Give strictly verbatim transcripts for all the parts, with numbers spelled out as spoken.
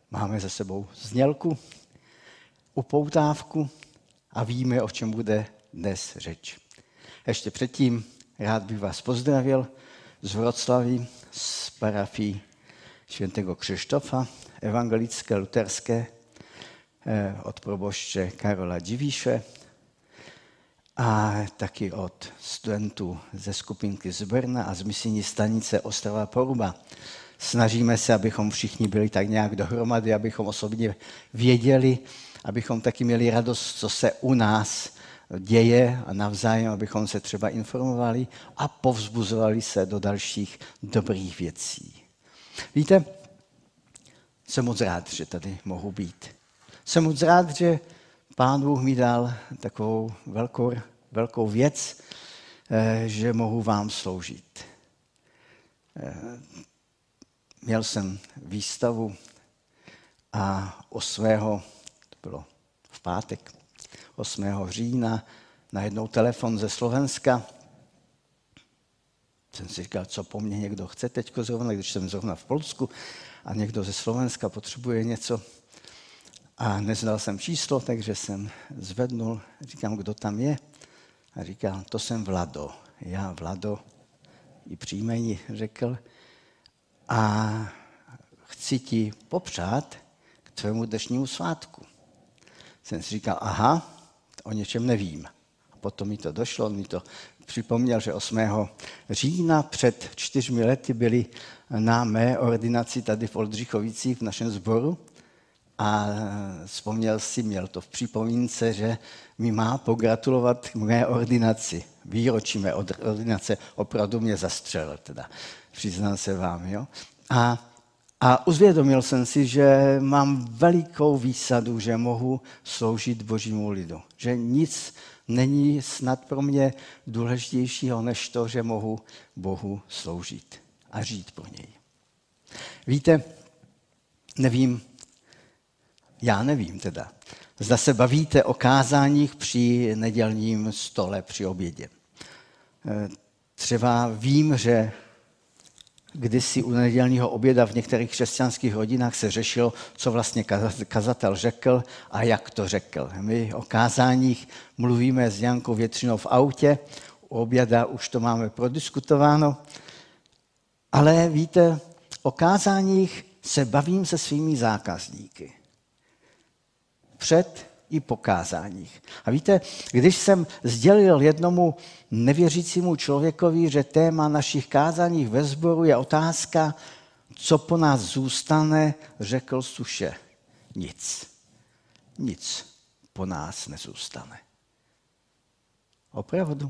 Máme za sebou znělku, upoutávku a víme, o čem bude dnes řeč. Ještě předtím rád bych vás pozdravil z Vroclaví, z parafii svatého Křištofa, evangelické, luterské, od probošče Karola Divíše a taky od studentů ze skupinky z Brna a z misijní stanice Ostrava Poruba. Snažíme se, abychom všichni byli tak nějak dohromady, abychom osobně věděli, abychom taky měli radost, co se u nás děje a navzájem, abychom se třeba informovali a povzbuzovali se do dalších dobrých věcí. Víte, jsem moc rád, že tady mohu být. Jsem moc rád, že Pán Bůh mi dal takovou velkou, velkou věc, že mohu vám sloužit. Měl jsem výstavu a osmého to bylo v pátek, osmého října, najednou telefon ze Slovenska. Jsem si říkal, co po mně někdo chce teďko zrovna, když jsem zrovna v Polsku a někdo ze Slovenska potřebuje něco. A neznal jsem číslo, takže jsem zvednul, říkám, kdo tam je. A říkal, to jsem Vlado. Já Vlado i příjmení řekl. A chci ti popřát k tvému dnešnímu svátku. Jsem si říkal, aha, o něčem nevím. A potom mi to došlo, on mi to připomněl, že osmého října před čtyřmi lety byli na mé ordinaci tady v Oldřichovicích v našem sboru. A vzpomněl si, měl to v připomínce, že mi má pogratulovat k mé ordinaci. Výročí mé ordinace opravdu mě zastřelil, teda přiznám se vám. Jo? A, a uzvědomil jsem si, že mám velikou výsadu, že mohu sloužit Božímu lidu. Že nic není snad pro mě důležitějšího, než to, že mohu Bohu sloužit a žít pro něj. Víte, nevím, Já nevím teda. Zda se bavíte o kázáních při nedělním stole, při obědě. Třeba vím, že kdysi u nedělního oběda v některých křesťanských rodinách se řešilo, co vlastně kazatel řekl a jak to řekl. My o kázáních mluvíme s Jankou většinou v autě, u oběda už to máme prodiskutováno, ale víte, o kázáních se bavím se svými zákazníky. Před i po kázáních. A víte, když jsem sdělil jednomu nevěřícímu člověkovi, že téma našich kázáních ve sboru je otázka, co po nás zůstane, řekl suše. Nic. Nic po nás nezůstane. Opravdu.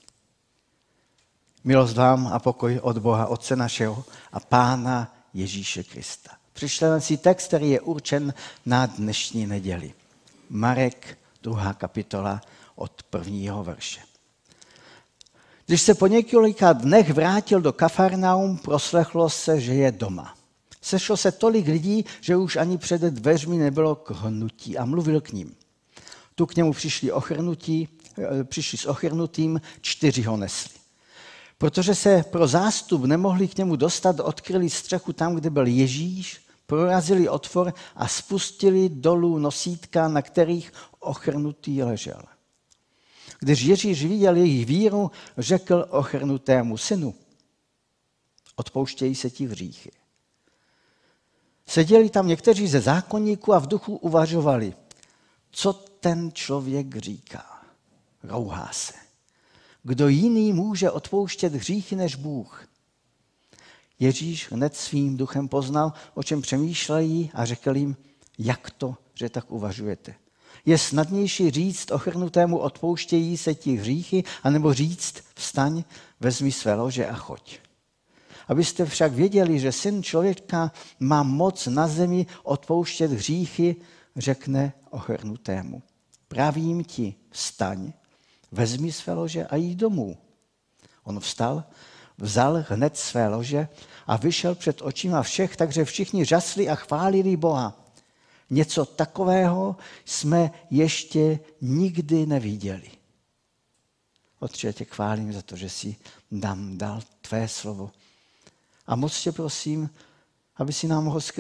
Milost vám a pokoj od Boha Otce našeho a Pána Ježíše Krista. Přečteme si text, který je určen na dnešní neděli. Marek, druhá kapitola od prvního verše. Když se po několika dnech vrátil do Kafarnaum, proslechlo se, že je doma. Sešlo se tolik lidí, že už ani před dveřmi nebylo k hnutí a mluvil k ním. Tu k němu přišli, ochrnutí, přišli s ochrnutým, čtyři ho nesli. Protože se pro zástup nemohli k němu dostat, odkryli střechu tam, kde byl Ježíš, prorazili otvor a spustili dolů nosítka, na kterých ochrnutý ležel. Když Ježíš viděl jejich víru, řekl ochrnutému synu, odpouštějí se ti hříchy. Seděli tam někteří ze zákonníků a v duchu uvažovali, co ten člověk říká. Rouhá se. Kdo jiný může odpouštět hříchy než Bůh? Ježíš hned svým duchem poznal, o čem přemýšlejí a řekl jim, jak to, že tak uvažujete. Je snadnější říct ochrnutému odpouštějí se ti hříchy, anebo říct vstaň, vezmi své lože a choď. Abyste však věděli, že syn člověka má moc na zemi odpouštět hříchy, řekne ochrnutému. Pravím ti, vstaň, vezmi své lože a jdi domů. On vstal, vzal hned své lože a vyšel před očima všech, takže všichni žasli a chválili Boha. Něco takového jsme ještě nikdy neviděli. Otče, tě chválím za to, že jsi nám dal tvé slovo. A moc tě prosím, aby si nám ho skrze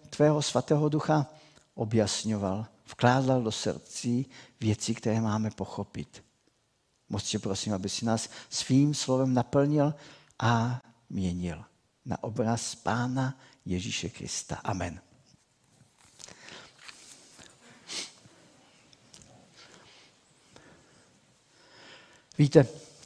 tvého svatého ducha objasňoval, vkládal do srdcí věci, které máme pochopit. Moc tě prosím, aby si nás svým slovem naplnil a měnil na obraz Pána Ježíše Krista. Amen. Víte,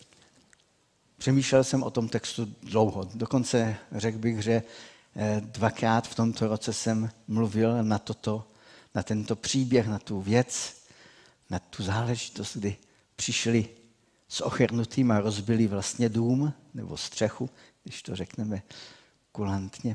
přemýšlel jsem o tom textu dlouho. Dokonce řekl bych, že dvakrát v tomto roce jsem mluvil na, toto, na tento příběh, na tu věc, na tu záležitost, kdy přišli s ochrnutým a rozbili vlastně dům nebo střechu, když to řekneme kulantně.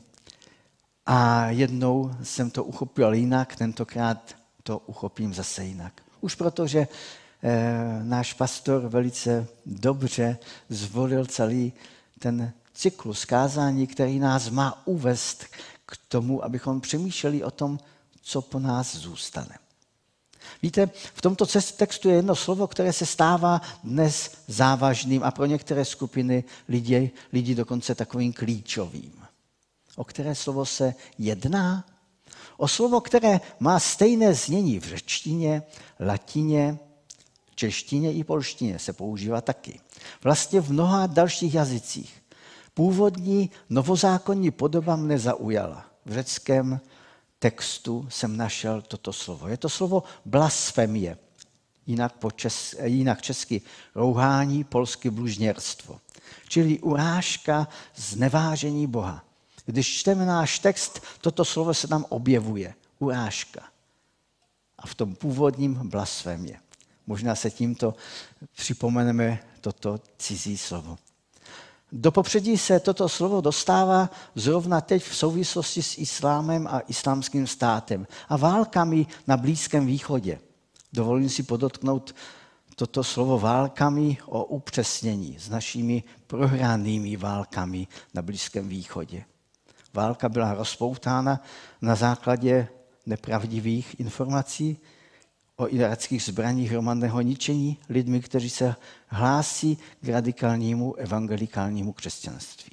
A jednou jsem to uchopil jinak, tentokrát to uchopím zase jinak. Už protože eh, náš pastor velice dobře zvolil celý ten cyklus kázání, který nás má uvést k tomu, abychom přemýšleli o tom, co po nás zůstane. Víte, v tomto textu je jedno slovo, které se stává dnes závažným a pro některé skupiny lidí, lidí dokonce takovým klíčovým. O které slovo se jedná? O slovo, které má stejné znění v řečtině, latině, češtině i polštině se používá taky. Vlastně v mnoha dalších jazycích. Původní novozákonní podoba mne zaujala. V řeckém textu jsem našel toto slovo. Je to slovo blasfemie, jinak, po čes, jinak česky rouhání, polsky blužněrstvo, čili urážka, znevážení Boha. Když čteme náš text, toto slovo se tam objevuje, urážka. A v tom původním blasfemie. Možná se tímto připomeneme toto cizí slovo. Do popředí se toto slovo dostává zrovna teď v souvislosti s islámem a islámským státem a válkami na Blízkém východě. Dovolím si podotknout toto slovo válkami o upřesnění s našimi prohranými válkami na Blízkém východě. Válka byla rozpoutána na základě nepravdivých informací o irackých zbraních hromadného ničení lidmi, kteří se hlásí k radikálnímu evangelikálnímu křesťanství.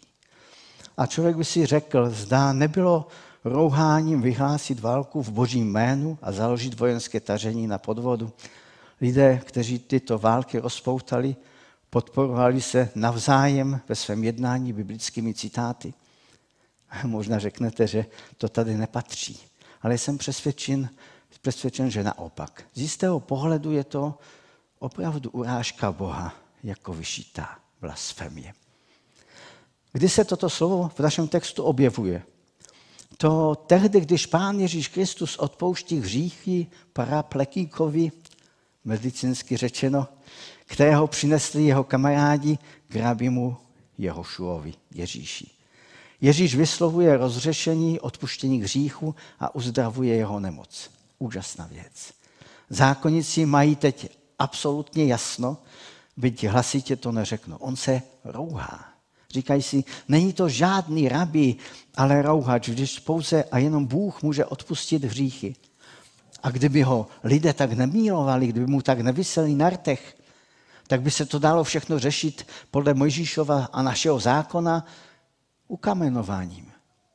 A člověk by si řekl, zdá nebylo rouháním vyhlásit válku v božím jménu a založit vojenské tažení na podvodu. Lidé, kteří tyto války rozpoutali, podporovali se navzájem ve svém jednání biblickými citáty. Možná řeknete, že to tady nepatří, ale jsem přesvědčen, přesvědčen, že naopak. Z jistého pohledu je to opravdu urážka Boha jako vyšitá blasfemie. Kdy se toto slovo v našem textu objevuje? To tehdy, když Pán Ježíš Kristus odpouští hříchy paraplekíkovi, medicínsky řečeno, kterého přinesli jeho kamarádi k rabimu Jehošuovi, Ježíši. Ježíš vyslovuje rozřešení, odpuštění hříchu a uzdravuje jeho nemoc. Úžasná věc. Zákonníci mají teď absolutně jasno, byť hlasitě to neřeknou. On se rouhá. Říkají si, není to žádný rabí, ale rouhač, když pouze a jenom Bůh může odpustit hříchy. A kdyby ho lidé tak nemílovali, kdyby mu tak neviseli na rtech, tak by se to dalo všechno řešit podle Mojžíšova a našeho zákona ukamenováním.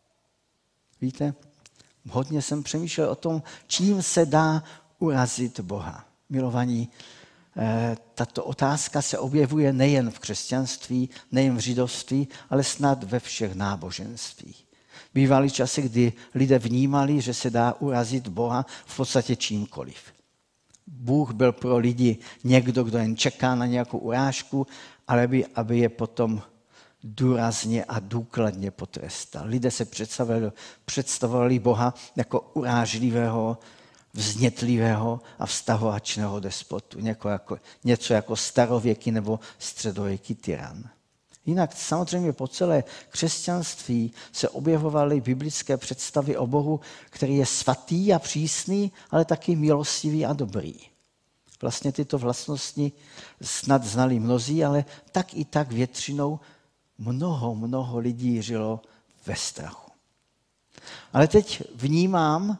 Víte, hodně jsem přemýšlel o tom, čím se dá urazit Boha. Milovaní, tato otázka se objevuje nejen v křesťanství, nejen v židovství, ale snad ve všech náboženstvích. Bývaly časy, kdy lidé vnímali, že se dá urazit Boha v podstatě čímkoliv. Bůh byl pro lidi někdo, kdo jen čeká na nějakou urážku, ale by, aby je potom důrazně a důkladně potrestal. Lidé se představovali, představovali Boha jako urážlivého, vznětlivého a vztahovačného despotu. Něco jako, něco jako starověký nebo středověký tyran. Jinak samozřejmě po celé křesťanství se objevovaly biblické představy o Bohu, který je svatý a přísný, ale taky milostivý a dobrý. Vlastně tyto vlastnosti snad znali mnozí, ale tak i tak většinou mnoho, mnoho lidí žilo ve strachu. Ale teď vnímám,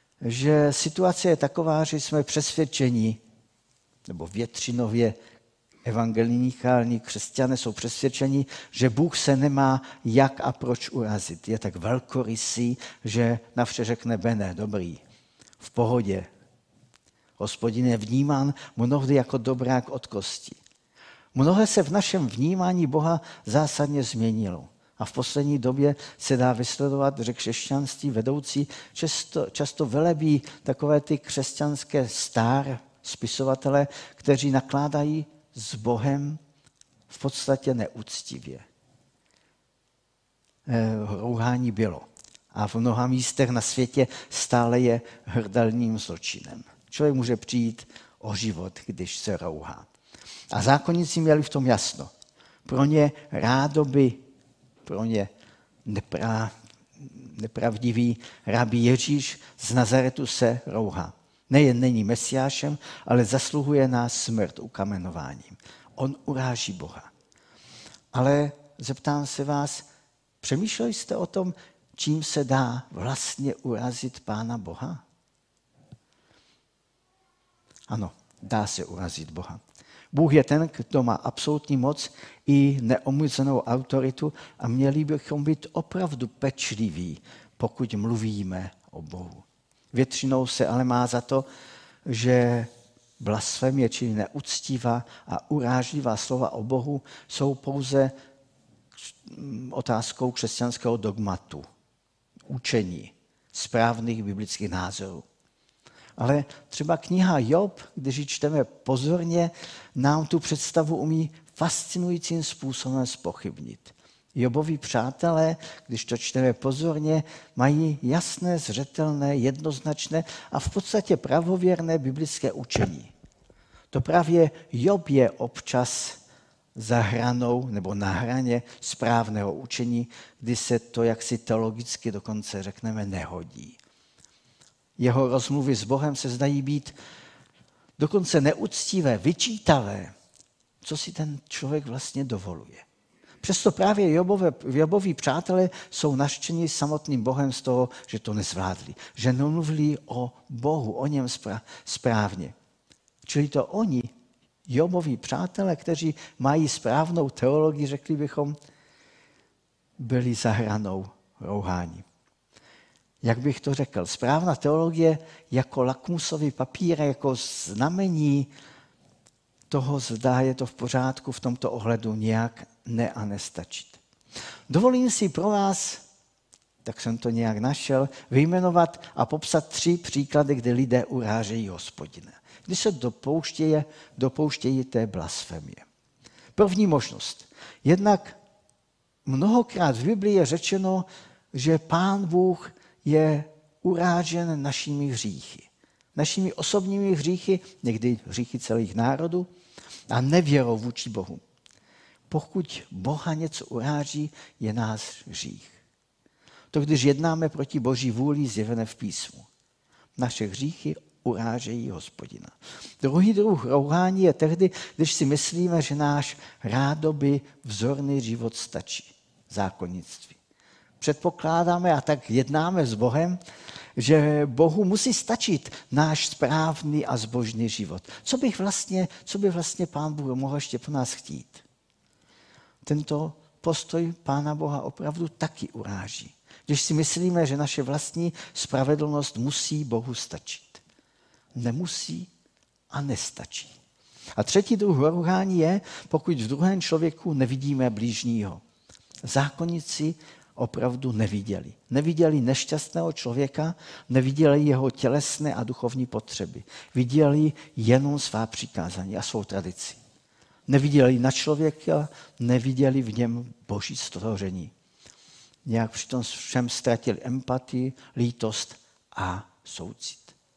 že situace je taková, že jsme přesvědčeni, nebo většinově evangelikální křesťané jsou přesvědčeni, že Bůh se nemá jak a proč urazit. Je tak velkorysý, že na vše řekne bene, dobrý, v pohodě. Hospodin je vnímán mnohdy jako dobrák od kosti. Mnohé se v našem vnímání Boha zásadně změnilo. A v poslední době se dá vysledovat, že křesťanství vedoucí často, často velebí takové ty křesťanské star spisovatele, kteří nakládají s Bohem v podstatě neúctivě. Rouhání bylo. A v mnoha místech na světě stále je hrdelním zločinem. Člověk může přijít o život, když se rouhá. A zákonníci měli v tom jasno. Pro ně rádoby, pro ně nepra, nepravdivý rabí Ježíš z Nazaretu se rouhá. Nejen není mesiášem, ale zasluhuje na smrt ukamenováním. On uráží Boha. Ale zeptám se vás, přemýšleli jste o tom, čím se dá vlastně urazit Pána Boha? Ano, dá se urazit Boha. Bůh je ten, kdo má absolutní moc i neomezenou autoritu a měli bychom být opravdu pečliví, pokud mluvíme o Bohu. Většinou se ale má za to, že blasfemie, čili neúctivá a urážlivá slova o Bohu, jsou pouze otázkou křesťanského dogmatu, učení, správných biblických názorů. Ale třeba kniha Job, když ji čteme pozorně, nám tu představu umí fascinujícím způsobem zpochybnit. Jobovi přátelé, když to čteme pozorně, mají jasné, zřetelné, jednoznačné a v podstatě pravověrné biblické učení. To právě Job je občas za hranou nebo na hraně správného učení, kdy se to jaksi teologicky dokonce řekneme nehodí. Jeho rozmluvy s Bohem se zdají být dokonce neúctivé, vyčítavé. Co si ten člověk vlastně dovoluje? Přesto právě Jobové, Joboví přátelé jsou nařčeni samotným Bohem z toho, že to nezvládli. Že nemluvili o Bohu, o něm správně. Čili to oni, Joboví přátelé, kteří mají správnou teologii, řekli bychom, byli za hranou rouhání. Jak bych to řekl? Správná teologie jako lakmusový papír, jako znamení toho, zda je to v pořádku v tomto ohledu nějak ne a nestačit. Dovolím si pro vás, tak jsem to nějak našel, vyjmenovat a popsat tři příklady, kdy lidé urážejí Hospodina. Kdy se dopouštějí, dopouštějí té blasfemie. První možnost. Jednak mnohokrát v Biblii je řečeno, že Pán Bůh je urážen našimi hříchy. Našimi osobními hříchy, někdy hříchy celých národů, a nevěrou vůči Bohu. Pokud Boha něco uráží, je nás hřích. To, když jednáme proti Boží vůli zjevené v písmu. Naše hříchy urážejí Hospodina. Druhý druh rouhání je tehdy, když si myslíme, že náš rádoby vzorný život stačí. Zákonnictví. Předpokládáme a tak jednáme s Bohem, že Bohu musí stačit náš správný a zbožný život. Co bych vlastně, co by vlastně Pán Bůh mohl ještě po nás chtít? Tento postoj Pána Boha opravdu taky uráží. Když si myslíme, že naše vlastní spravedlnost musí Bohu stačit. Nemusí a nestačí. A třetí druh rouhání je, pokud v druhém člověku nevidíme blížního. Zákonníci opravdu neviděli. Neviděli nešťastného člověka, neviděli jeho tělesné a duchovní potřeby. Viděli jenom svá přikázání a svou tradici. Neviděli na člověka, neviděli v něm Boží stvoření. Nějak přitom všem ztratili empatii, lítost a soucit.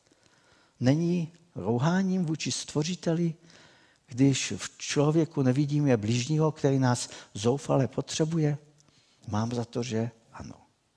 Není rouháním vůči stvořiteli, když v člověku nevidíme bližního, který nás zoufale potřebuje? Mám za to, že ano.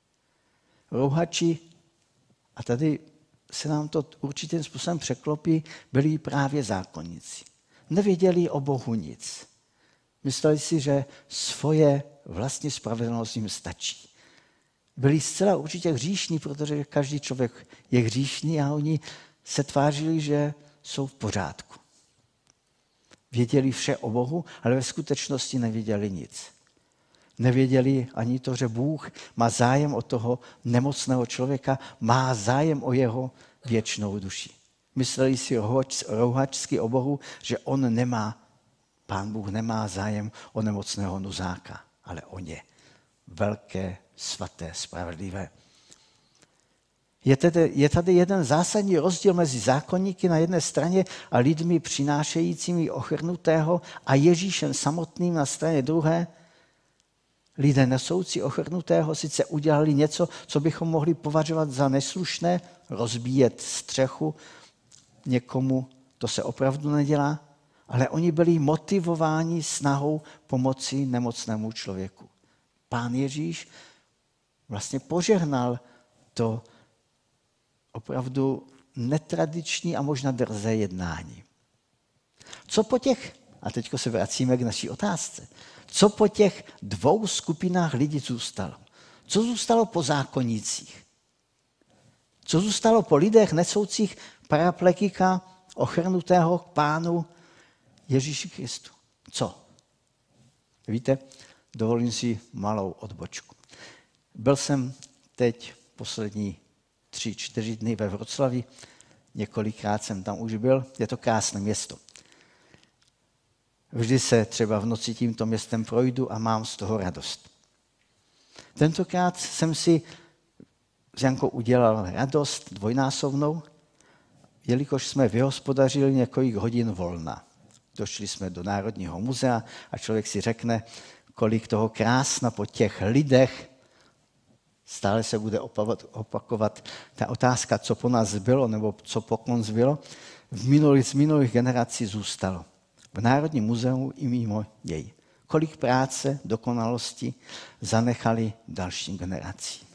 Rouhači, a tady se nám to určitým způsobem překlopí, byli právě zákonníci. Nevěděli o Bohu nic. Mysleli si, že svoje vlastní spravedlnost jim stačí. Byli zcela určitě hříšní, protože každý člověk je hříšný a oni se tvářili, že jsou v pořádku. Věděli vše o Bohu, ale ve skutečnosti nevěděli nic. Nevěděli ani to, že Bůh má zájem o toho nemocného člověka, má zájem o jeho věčnou duši. Mysleli si rouhačsky o Bohu, že on nemá, Pán Bůh nemá zájem o nemocného nuzáka, ale o ně. Velké, svaté, spravedlivé. Je tady, je tady jeden zásadní rozdíl mezi zákonníky na jedné straně a lidmi přinášejícími ochrnutého a Ježíšem samotným na straně druhé. Lidé nesoucí ochrnutého sice udělali něco, co bychom mohli považovat za neslušné, rozbíjet střechu někomu, to se opravdu nedělá, ale oni byli motivováni snahou pomoci nemocnému člověku. Pán Ježíš vlastně požehnal to opravdu netradiční a možná drzé jednání. Co po těch, a teď se vracíme k naší otázce, co po těch dvou skupinách lidí zůstalo? Co zůstalo po zákonnících? Co zůstalo po lidech nesoucích paraplekika ochrnutého k Pánu Ježíši Kristu? Co? Víte, dovolím si malou odbočku. Byl jsem teď poslední tři, čtyři dny ve Vroclavi, několikrát jsem tam už byl, je to krásné město. Vždy se třeba v noci tímto městem projdu a mám z toho radost. Tentokrát jsem si s Jankou udělal radost dvojnásobnou, jelikož jsme vyhospodařili několik hodin volna. Došli jsme do Národního muzea a člověk si řekne, kolik toho krásna po těch lidech. Stále se bude opakovat ta otázka, co po nás zbylo, nebo co po konc zbylo. V minulých, z minulých generací zůstalo. V Národním muzeu i mimo něj. Kolik práce, dokonalosti zanechali dalším generacím.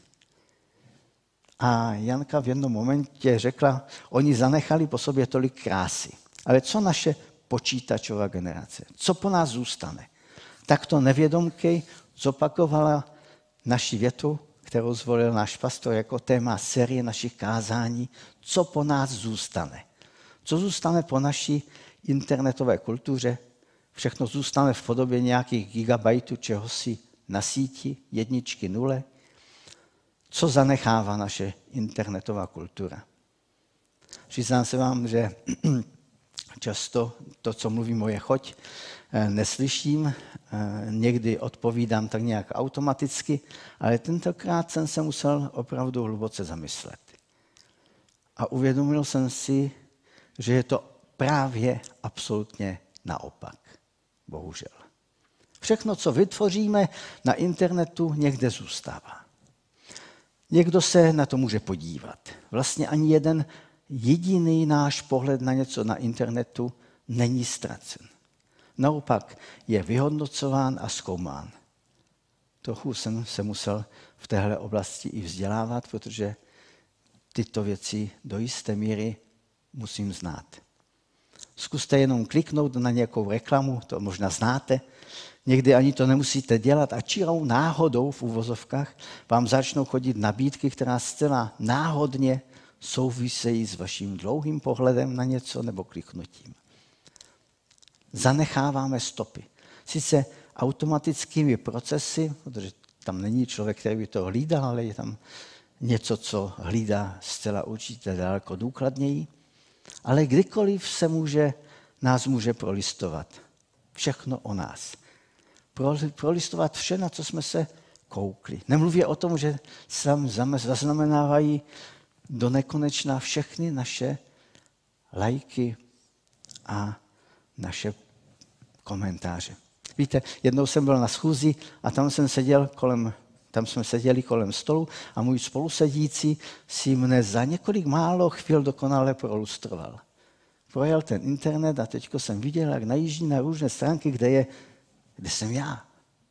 A Janka v jednom momentě řekla, oni zanechali po sobě tolik krásy. Ale co naše počítačová generace? Co po nás zůstane? Tak to nevědomky zopakovala naši větu, kterou zvolil náš pastor jako téma série našich kázání, co po nás zůstane. Co zůstane po naší internetové kultuře? Všechno zůstane v podobě nějakých gigabajtů čehosi na síti, jedničky, nule. Co zanechává naše internetová kultura? Přiznám se vám, že často to, co mluví moje choť, neslyším, někdy odpovídám tak nějak automaticky, ale tentokrát jsem se musel opravdu hluboce zamyslet. A uvědomil jsem si, že je to právě absolutně naopak. Bohužel. Všechno, co vytvoříme na internetu, někde zůstává. Někdo se na to může podívat. Vlastně ani jeden jediný náš pohled na něco na internetu není ztracen. Naopak je vyhodnocován a zkoumán. Trochu jsem se musel v téhle oblasti i vzdělávat, protože tyto věci do jisté míry musím znát. Zkuste jenom kliknout na nějakou reklamu, to možná znáte. Někdy ani to nemusíte dělat a čirou náhodou v uvozovkách vám začnou chodit nabídky, která zcela náhodně souvisejí s vaším dlouhým pohledem na něco nebo kliknutím. Zanecháváme stopy. Sice automatickými procesy, protože tam není člověk, který by to hlídal, ale je tam něco, co hlídá zcela určitě daleko důkladněji, ale kdykoliv se může, nás může prolistovat. Všechno o nás. Prolistovat vše, na co jsme se koukli. Nemluvě o tom, že tam zaznamenávají do nekonečna všechny naše lajky a naše komentáře. Víte, jednou jsem byl na schůzi a tam jsem seděl kolem, tam jsme seděli kolem stolu a můj spolusedící si mne za několik málo chvíl dokonale prolustroval. Projel ten internet a teďko jsem viděl, jak najíždí na různé stránky, kde je, kde jsem já.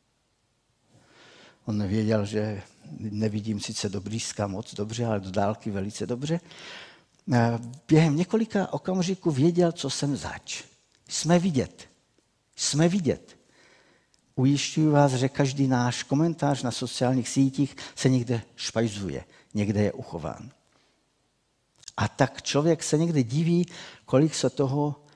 On nevěděl, že nevidím sice do blízka moc dobře, ale do dálky velice dobře. Během několika okamžiků věděl, co jsem zač. Jsme vidět. Jsme vidět. Ujišťuji vás, že každý náš komentář na sociálních sítích se někde špajzuje, někde je uchován. A tak člověk se někdy diví, kolik se toho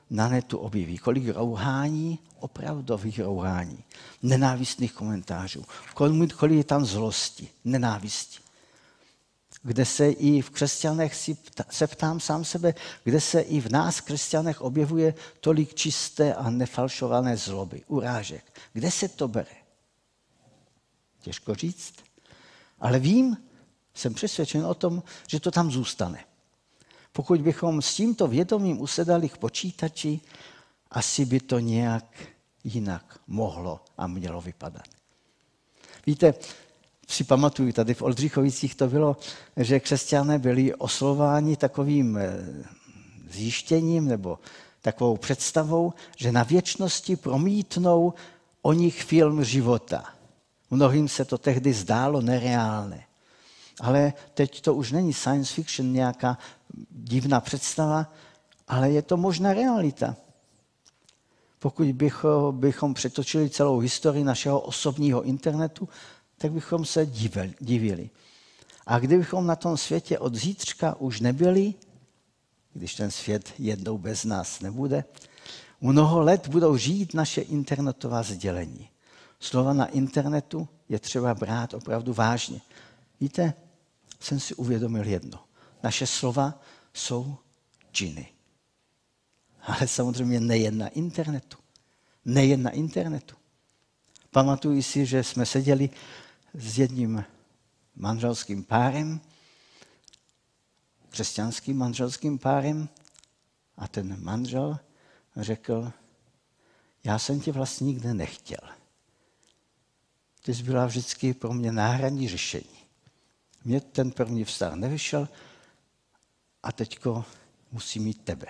na netu objeví, kolik rouhání, opravdových rouhání, nenávistných komentářů, kolik, kolik je tam zlosti, nenávisti. Kde se i v křesťanech, si ptá, se ptám sám sebe, kde se i v nás, křesťanech, objevuje tolik čisté a nefalšované zloby, urážek. Kde se to bere? Těžko říct, ale vím, jsem přesvědčen o tom, že to tam zůstane. Pokud bychom s tímto vědomím usedali k počítači, asi by to nějak jinak mohlo a mělo vypadat. Víte, si pamatuju, tady v Oldřichovicích to bylo, že křesťané byli oslovováni takovým zjištěním nebo takovou představou, že na věčnosti promítnou o nich film života. Mnohým se to tehdy zdálo nereálné. Ale teď to už není science fiction, nějaká divná představa, ale je to možná realita. Pokud bychom, bychom přetočili celou historii našeho osobního internetu, tak bychom se divili. A kdybychom na tom světě od zítřka už nebyli, když ten svět jednou bez nás nebude, mnoho let budou žít naše internetová sdělení. Slova na internetu je třeba brát opravdu vážně. Víte, jsem si uvědomil jedno. Naše slova jsou činy. Ale samozřejmě nejen na internetu. Nejen na internetu. Pamatuju si, že jsme seděli s jedním manželským párem, křesťanským manželským párem, a ten manžel řekl, já jsem tě vlastně nikdy nechtěl. Ty jsi byla vždycky pro mě náhradní řešení. Mně ten první vztah nevyšel a teďko musím mít tebe.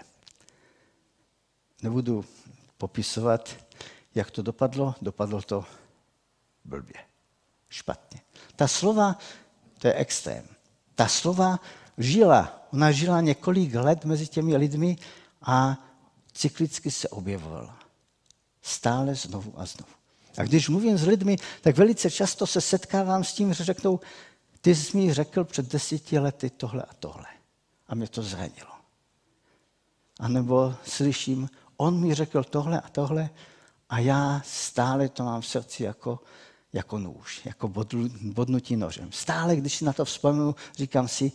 Nebudu popisovat, jak to dopadlo. Dopadlo to blbě, špatně. Ta slova, to je extrém. Ta slova žila, ona žila několik let mezi těmi lidmi a cyklicky se objevovala. Stále znovu a znovu. A když mluvím s lidmi, tak velice často se setkávám s tím, že řeknou, ty jsi mi řekl před deseti lety tohle a tohle. A mě to zranilo. A nebo slyším, on mi řekl tohle a tohle a já stále to mám v srdci jako, jako nůž, jako bodlu, bodnutí nožem. Stále, když si na to vzpomenu, říkám si,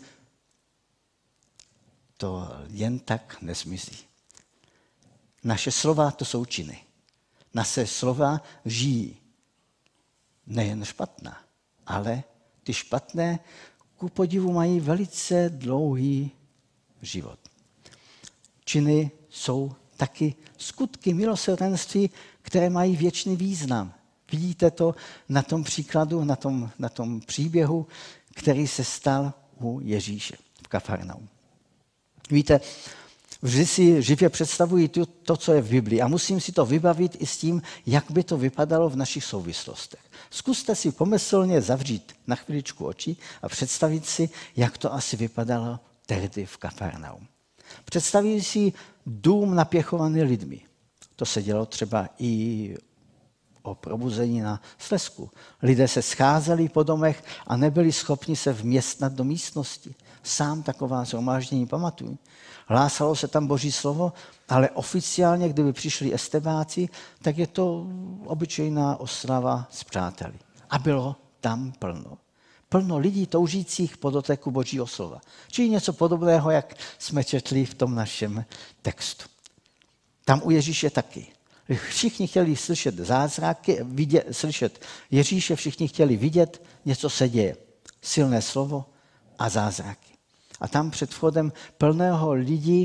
to jen tak nezmizí. Naše slova, to jsou činy. Naše slova žijí. Nejen špatná, ale ty špatné ku podivu mají velice dlouhý život. Činy jsou taky skutky milosrdenství, které mají věčný význam. Vidíte to na tom příkladu, na tom, na tom příběhu, který se stal u Ježíše v Kafarnaum. Víte, vždy si živě představuji to, to, co je v Biblii a musím si to vybavit i s tím, jak by to vypadalo v našich souvislostech. Zkuste si pomyslně zavřít na chviličku oči a představit si, jak to asi vypadalo tehdy v Kafarnaum. Představit si dům napěchovaný lidmi. To se dělo třeba i o probuzení na Slezsku. Lidé se scházeli po domech a nebyli schopni se vměstnat do místnosti. Sám taková shromáždění pamatuju. Hlásalo se tam Boží slovo, ale oficiálně, kdyby přišli estebáci, tak je to obyčejná oslava s přáteli. A bylo tam plno. Plno lidí toužících po doteku Božího slova. Čili něco podobného, jak jsme četli v tom našem textu. Tam u Ježíše taky. Všichni chtěli slyšet zázraky, vidět, slyšet Ježíše, všichni chtěli vidět, něco se děje. Silné slovo a zázraky. A tam před vchodem plného lidí,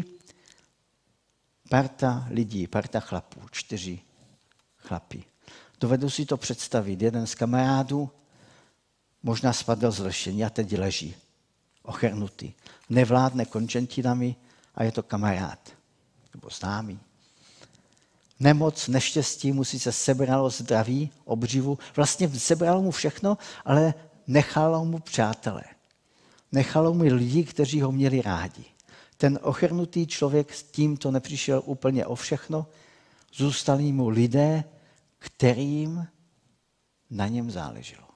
parta lidí, parta chlapů, čtyři chlapy. Dovedu si to představit. Jeden z kamarádů možná spadl z lešení a teď leží, ochrnutý. Nevládne končentinami a je to kamarád, nebo známý. Nemoc, neštěstí mu sice sebralo zdraví, obživu, vlastně sebralo mu všechno, ale nechalo mu přátelé. Nechalo mu lidi, kteří ho měli rádi. Ten ochrnutý člověk s tímto nepřišel úplně o všechno, zůstali mu lidé, kterým na něm záleželo.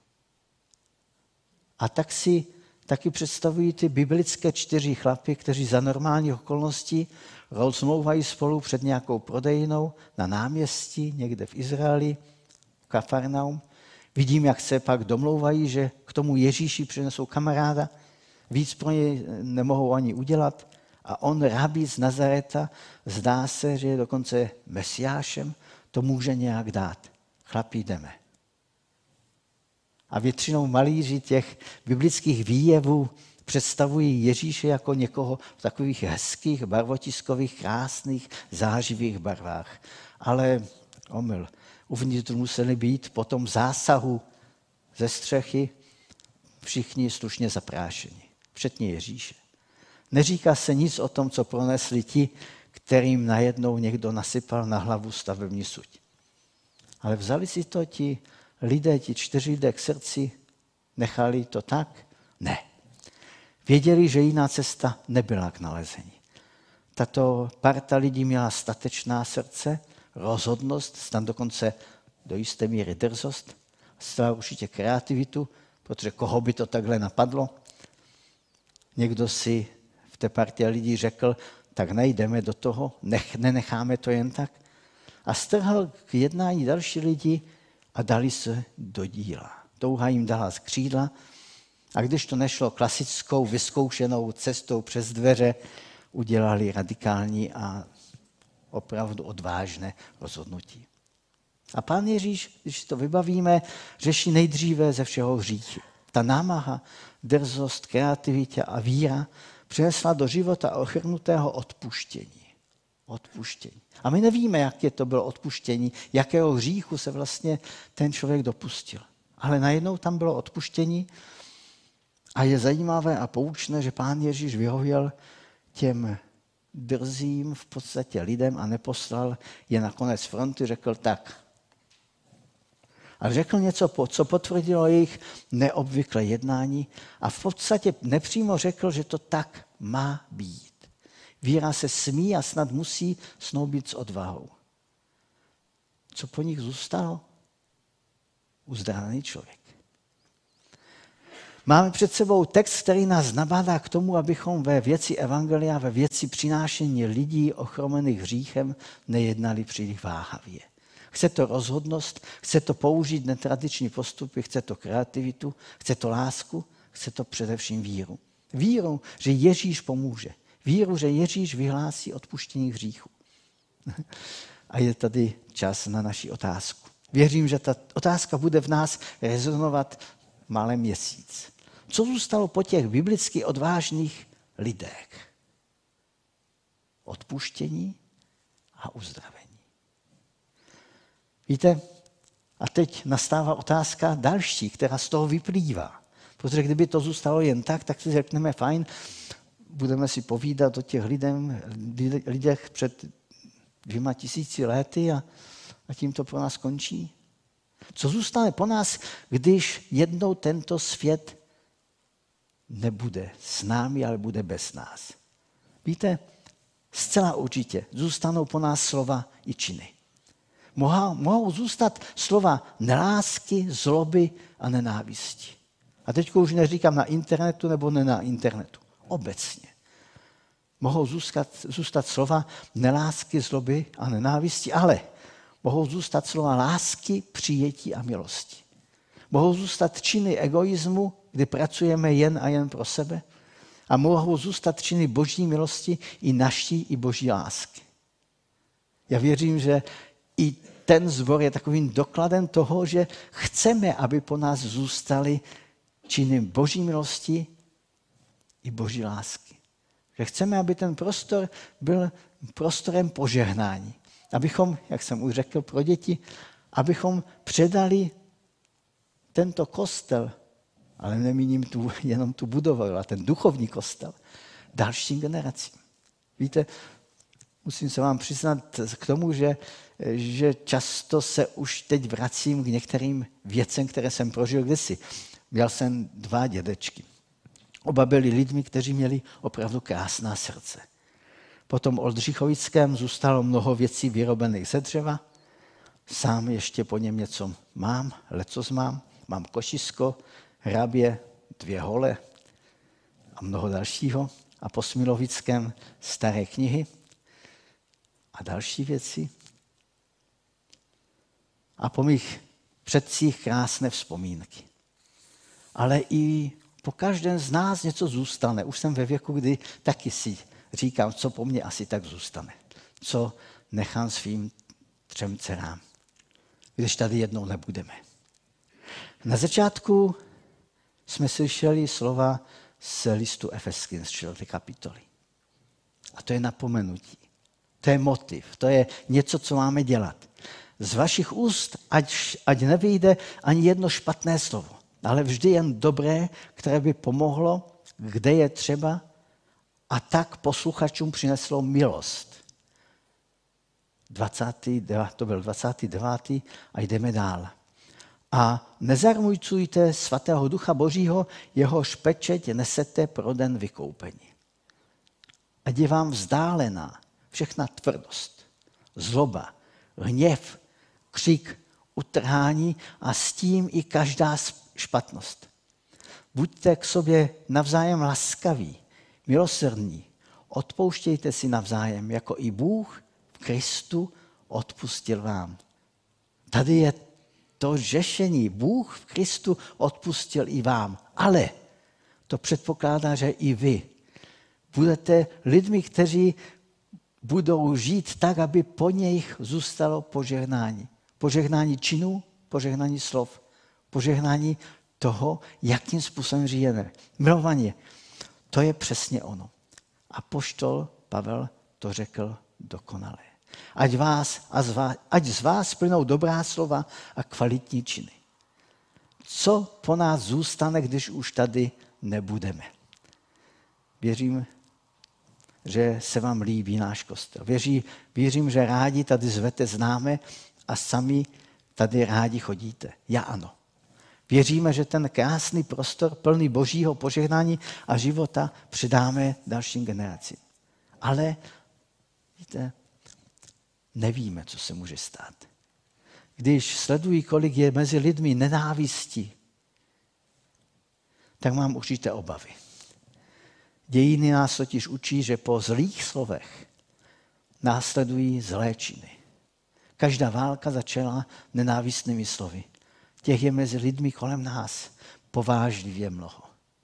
A tak si taky představují ty biblické čtyři chlapy, kteří za normálních okolností rozmlouvají spolu před nějakou prodejnou na náměstí někde v Izraeli, v Kafarnaum. Vidím, jak se pak domlouvají, že k tomu Ježíši přinesou kamaráda. Víc pro něj nemohou ani udělat. A on, rabí z Nazareta, zdá se, že je dokonce mesiášem, to může nějak dát. Chlapi, jdeme. A většinou malíři těch biblických výjevů představují Ježíše jako někoho v takových hezkých, barvotiskových, krásných, zářivých barvách. Ale omyl. Uvnitř museli být po tom zásahu ze střechy všichni slušně zaprášeni, včetně Ježíše. Neříká se nic o tom, co pronesli ti, kterým najednou někdo nasypal na hlavu stavební suď. Ale vzali si to ti lidé, ti čtyři lidé k srdci, nechali to tak? Ne. Věděli, že jiná cesta nebyla k nalezení. Tato parta lidí měla statečná srdce, rozhodnost, snad dokonce do jisté míry drzost, zcela určitě kreativitu, protože koho by to takhle napadlo? Někdo si v té partě lidí řekl, tak nejdeme do toho, nech, nenecháme to jen tak. A strhl k jednání další lidi a dali se do díla. Touha jim dala z křídla a když to nešlo klasickou, vyzkoušenou cestou přes dveře, udělali radikální a opravdu odvážné rozhodnutí. A Pán Ježíš, když to vybavíme, řeší nejdříve ze všeho hříchy. Ta námaha, drzost, kreativita a víra přinesla do života ochrnutého odpuštění. Odpuštění. A my nevíme, jaké to bylo odpuštění, jakého hříchu se vlastně ten člověk dopustil. Ale najednou tam bylo odpuštění a je zajímavé a poučné, že Pán Ježíš vyhověl těm drzým v podstatě lidem a neposlal je na konec fronty, řekl tak. A řekl něco, co potvrdilo jejich neobvyklé jednání a v podstatě nepřímo řekl, že to tak má být. Víra se smí a snad musí snoubit s odvahou. Co po nich zůstalo? Uzdravený člověk. Máme před sebou text, který nás nabádá k tomu, abychom ve věci evangelia, ve věci přinášení lidí ochromených hříchem nejednali příliš váhavě. Chce to rozhodnost, chce to použít netradiční postupy, chce to kreativitu, chce to lásku, chce to především víru. Víru, že Ježíš pomůže. Víru, že Ježíš vyhlásí odpuštění hříchu. A je tady čas na naši otázku. Věřím, že ta otázka bude v nás rezonovat malý měsíc. Co zůstalo po těch biblicky odvážných lidech? Odpuštění a uzdravení. Víte, a teď nastává otázka další, která z toho vyplývá. Protože kdyby to zůstalo jen tak, tak si řekneme fajn, budeme si povídat o těch lidem, lidech před dvěma tisíci lety a, a tím to pro nás končí. Co zůstane po nás, když jednou tento svět nebude s námi, ale bude bez nás? Víte, zcela určitě zůstanou po nás slova i činy. Mohou, mohou zůstat slova nelásky, zloby a nenávisti. A teď už neříkám na internetu nebo ne na internetu. Obecně. Mohou zůstat, zůstat slova nelásky, zloby a nenávisti, ale mohou zůstat slova lásky, přijetí a milosti. Mohou zůstat činy egoismu, kdy pracujeme jen a jen pro sebe. A mohou zůstat činy boží milosti i naší, i boží lásky. Já věřím, že i ten sbor je takovým dokladem toho, že chceme, aby po nás zůstaly činy boží milosti i boží lásky. Že chceme, aby ten prostor byl prostorem požehnání. Abychom, jak jsem už řekl pro děti, abychom předali tento kostel, ale nemíním tu, jenom tu budovu, ale ten duchovní kostel, dalším generacím. Víte, musím se vám přiznat k tomu, že, že často se už teď vracím k některým věcem, které jsem prožil kdysi. Měl jsem dva dědečky. Oba byli lidmi, kteří měli opravdu krásná srdce. Potom Oldřichovickém zůstalo mnoho věcí vyrobených ze dřeva. Sám ještě po něm něco mám, lecos mám. Mám košisko, hrabě, dvě hole a mnoho dalšího. A po Smilovickém staré knihy. a další věci. A po mých předcích krásné vzpomínky. Ale i po každém z nás něco zůstane. Už jsem ve věku, kdy taky si říkám, co po mně asi tak zůstane. Co nechám svým třem dcerám, když tady jednou nebudeme. Na začátku jsme slyšeli slova z listu Efeským z čtvrté kapitoly. A to je napomenutí. To je motiv. To je něco, co máme dělat. Z vašich úst, ať, ať nevyjde ani jedno špatné slovo, ale vždy jen dobré, které by pomohlo, kde je třeba, a tak posluchačům přineslo milost. dvacátý to byl dvacátý devátý a jdeme dál. A nezarmujcujte svatého Ducha Božího, jehož pečeť nesete pro den vykoupení. Ať je vám vzdálená všechna tvrdost, zloba, hněv, křik, utrhání a s tím i každá špatnost. Buďte k sobě navzájem laskaví, milosrdní, odpouštějte si navzájem, jako i Bůh v Kristu odpustil vám. Tady je to řešení. Bůh v Kristu odpustil i vám, ale to předpokládá, že i vy budete lidmi, kteří budou žít tak, aby po nich zůstalo požehnání. Požehnání činů, požehnání slov, požehnání toho, jakým způsobem žijeme. Milovaně, to je přesně ono. Apoštol Pavel to řekl dokonale. Ať, vás a z vás, ať z vás plynou dobrá slova a kvalitní činy. Co po nás zůstane, když už tady nebudeme? Věřím, že se vám líbí náš kostel. Věří, věřím, že rádi tady zvete známe a sami tady rádi chodíte. Já ano. Věříme, že ten krásný prostor plný Božího požehnání a života předáme dalším generacím. Ale víte, nevíme, co se může stát. Když sleduji, kolik je mezi lidmi nenávisti, tak mám určité obavy. Dějiny nás totiž učí, že po zlých slovech následují zlé činy. Každá válka začala nenávistnými slovy. Těch je mezi lidmi kolem nás povážlivě mnoho.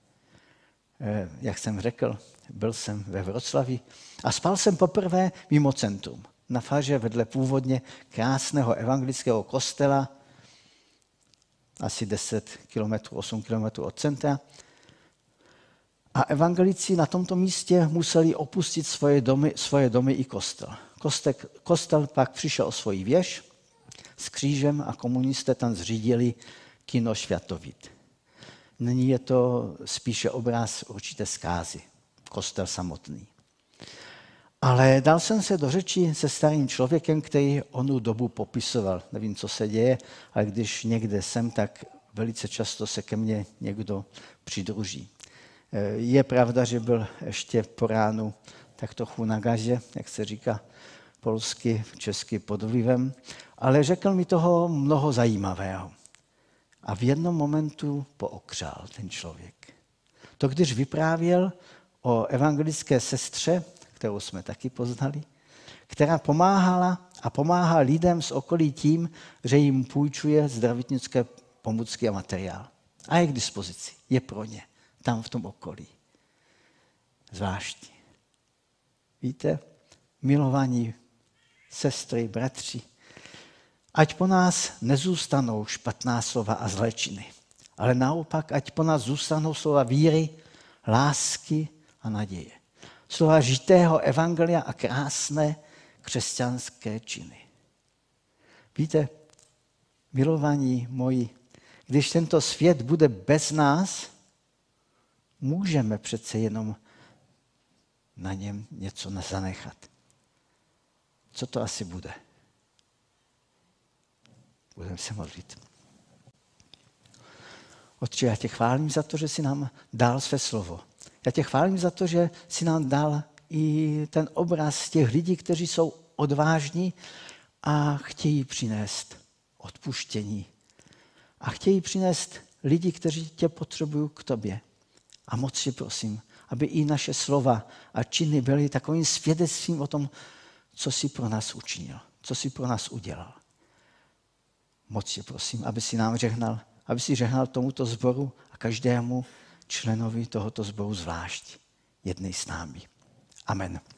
Jak jsem řekl, byl jsem ve Vroclavi a spal jsem poprvé mimo centrum. Na faře vedle původně krásného evangelického kostela, asi deset kilometrů, osm kilometrů od centra. A evangelici na tomto místě museli opustit svoje domy, svoje domy i kostel. Kostel, kostel pak přišel o svoji věž s křížem a komunisté tam zřídili kino Světovít. Nyní je to spíše obraz určité zkázy, kostel samotný. Ale dal jsem se do řeči se starým člověkem, který onu dobu popisoval. Nevím, co se děje, ale když někde jsem, tak velice často se ke mně někdo přidruží. Je pravda, že byl ještě po ránu tak trochu na gaze, jak se říká polsky, česky pod vlivem, ale řekl mi toho mnoho zajímavého. A v jednom momentu pookřál ten člověk. To, když vyprávěl o evangelické sestře, kterou jsme taky poznali, která pomáhala a pomáhá lidem z okolí tím, že jim půjčuje zdravotnické pomůcky a materiál. A je k dispozici, je pro ně, tam v tom okolí. Zvláštní. Víte, milovaní sestry, bratři, ať po nás nezůstanou špatná slova a zlé činy, ale naopak, ať po nás zůstanou slova víry, lásky a naděje. Slova žitého evangelia a krásné křesťanské činy. Víte, milovaní moji, když tento svět bude bez nás, můžeme přece jenom na něm něco zanechat. Co to asi bude? Budeme se modlit. Otče, já tě chválím za to, že jsi nám dal své slovo. Já tě chválím za to, že jsi nám dal i ten obraz těch lidí, kteří jsou odvážní a chtějí přinést odpuštění. A chtějí přinést lidi, kteří tě potřebují k tobě. A moc tě prosím, aby i naše slova a činy byly takovým svědectvím o tom, co jsi pro nás učinil, co jsi pro nás udělal. Moc tě prosím, aby si nám žehnal, aby si žehnal tomuto sboru a každému členovi tohoto sboru zvlášť. Jednej s námi. Amen.